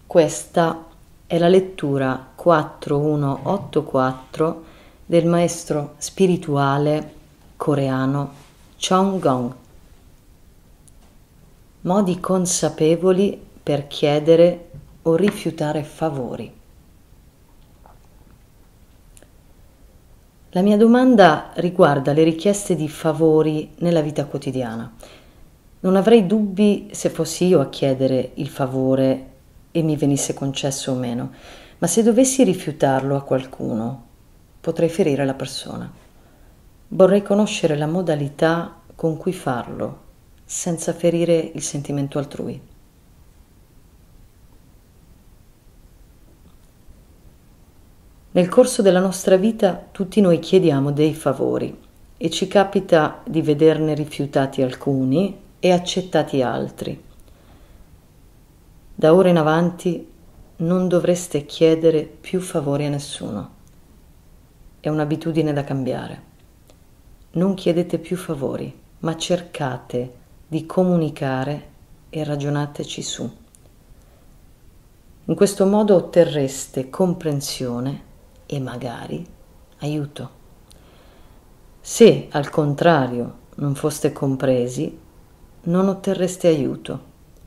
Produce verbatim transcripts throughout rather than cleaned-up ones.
Questa è la lettura quattromila centoottantaquattro del maestro spirituale coreano Chong Gong. Modi consapevoli per chiedere o rifiutare favori. La mia domanda riguarda le richieste di favori nella vita quotidiana. Non avrei dubbi se fossi io a chiedere il favore e mi venisse concesso o meno, ma se dovessi rifiutarlo a qualcuno, potrei ferire la persona. Vorrei conoscere la modalità con cui farlo, senza ferire il sentimento altrui. Nel corso della nostra vita tutti noi chiediamo dei favori e ci capita di vederne rifiutati alcuni e accettati altri. Da ora in avanti non dovreste chiedere più favori a nessuno. È un'abitudine da cambiare. Non chiedete più favori, ma cercate di comunicare e ragionateci su. In questo modo otterreste comprensione e magari aiuto. Se al contrario non foste compresi, non otterreste aiuto.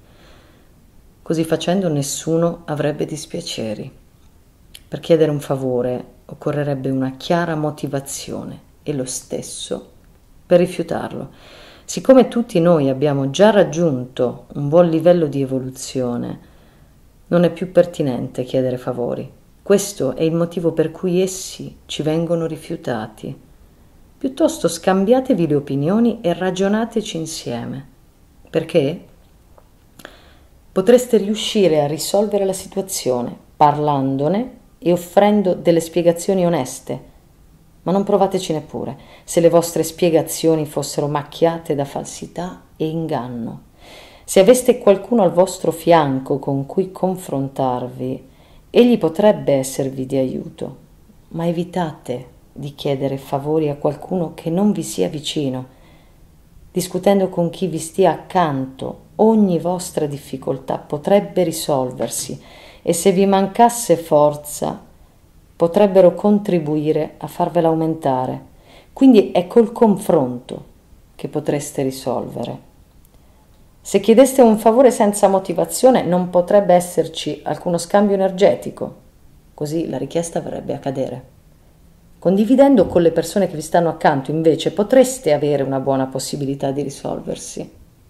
Così facendo nessuno avrebbe dispiaceri. Per chiedere un favore occorrerebbe una chiara motivazione e lo stesso per rifiutarlo. Siccome tutti noi abbiamo già raggiunto un buon livello di evoluzione, non è più pertinente chiedere favori. Questo è il motivo per cui essi ci vengono rifiutati. Piuttosto scambiatevi le opinioni e ragionateci insieme. Perché? Potreste riuscire a risolvere la situazione parlandone e offrendo delle spiegazioni oneste, ma non provateci neppure se le vostre spiegazioni fossero macchiate da falsità e inganno. Se aveste qualcuno al vostro fianco con cui confrontarvi, egli potrebbe esservi di aiuto, ma evitate di chiedere favori a qualcuno che non vi sia vicino. Discutendo con chi vi stia accanto, ogni vostra difficoltà potrebbe risolversi e se vi mancasse forza, potrebbero contribuire a farvela aumentare. Quindi è col confronto che potreste risolvere. Se chiedeste un favore senza motivazione, non potrebbe esserci alcuno scambio energetico, così la richiesta verrebbe a cadere. Condividendo con le persone che vi stanno accanto, invece, potreste avere una buona possibilità di risolversi.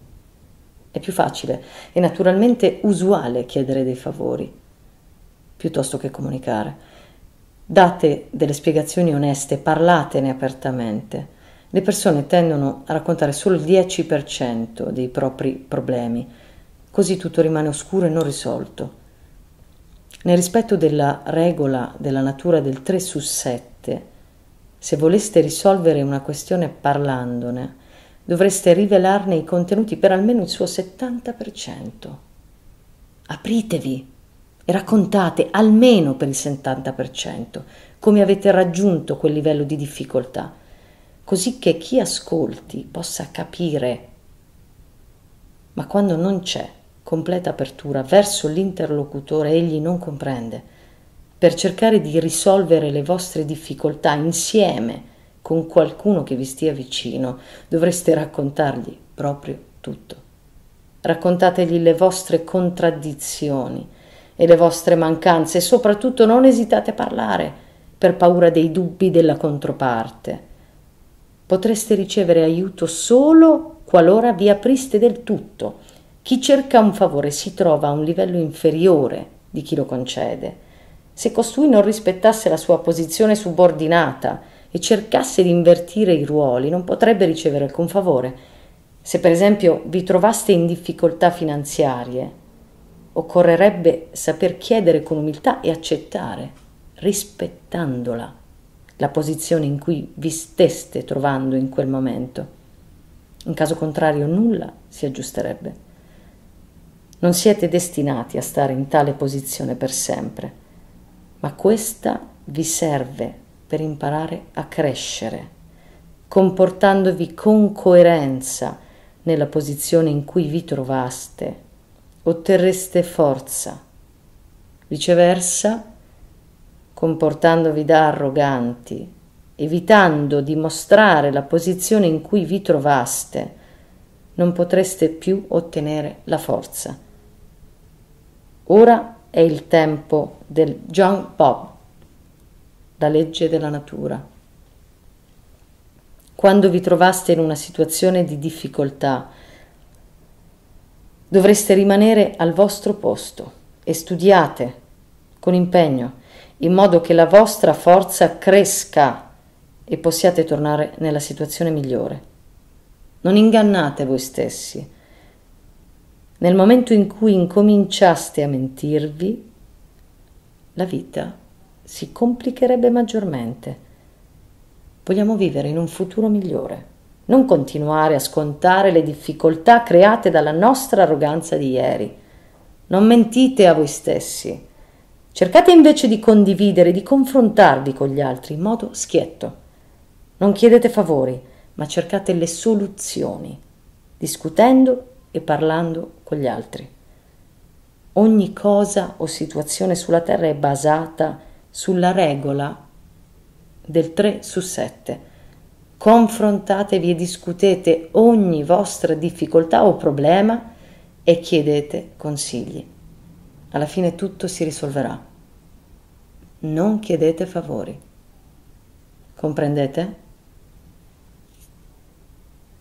È più facile e naturalmente usuale chiedere dei favori, piuttosto che comunicare. Date delle spiegazioni oneste, parlatene apertamente. Le persone tendono a raccontare solo il dieci per cento dei propri problemi, così tutto rimane oscuro e non risolto. Nel rispetto della regola della natura del tre su sette, se voleste risolvere una questione parlandone, dovreste rivelarne i contenuti per almeno il suo settanta per cento. Apritevi e raccontate almeno per il settanta per cento come avete raggiunto quel livello di difficoltà, così che chi ascolti possa capire. Ma quando non c'è completa apertura verso l'interlocutore, egli non comprende. Per cercare di risolvere le vostre difficoltà insieme con qualcuno che vi stia vicino, dovreste raccontargli proprio tutto. Raccontategli le vostre contraddizioni e le vostre mancanze e soprattutto non esitate a parlare per paura dei dubbi della controparte. Potreste ricevere aiuto solo qualora vi apriste del tutto. Chi cerca un favore si trova a un livello inferiore di chi lo concede. Se costui non rispettasse la sua posizione subordinata e cercasse di invertire i ruoli, non potrebbe ricevere alcun favore. Se per esempio vi trovaste in difficoltà finanziarie, occorrerebbe saper chiedere con umiltà e accettare, rispettandola, la posizione in cui vi steste trovando in quel momento. In caso contrario, nulla si aggiusterebbe. Non siete destinati a stare in tale posizione per sempre, ma questa vi serve per imparare a crescere, comportandovi con coerenza nella posizione in cui vi trovaste. Otterreste forza Viceversa, comportandovi da arroganti, evitando di mostrare la posizione in cui vi trovaste, non potreste più ottenere la forza. Ora è il tempo del Jump Bob, la legge della natura. Quando vi trovaste in una situazione di difficoltà, dovreste rimanere al vostro posto e studiate con impegno, in modo che la vostra forza cresca e possiate tornare nella situazione migliore. Non ingannate voi stessi. Nel momento in cui incominciaste a mentirvi, la vita si complicherebbe maggiormente. Vogliamo vivere in un futuro migliore, non continuare a scontare le difficoltà create dalla nostra arroganza di ieri. Non mentite a voi stessi. Cercate invece di condividere, di confrontarvi con gli altri in modo schietto. Non chiedete favori, ma cercate le soluzioni, discutendo e parlando con gli altri. Ogni cosa o situazione sulla Terra è basata sulla regola del tre su sette. Confrontatevi e discutete ogni vostra difficoltà o problema e chiedete consigli. Alla fine tutto si risolverà. Non chiedete favori. Comprendete?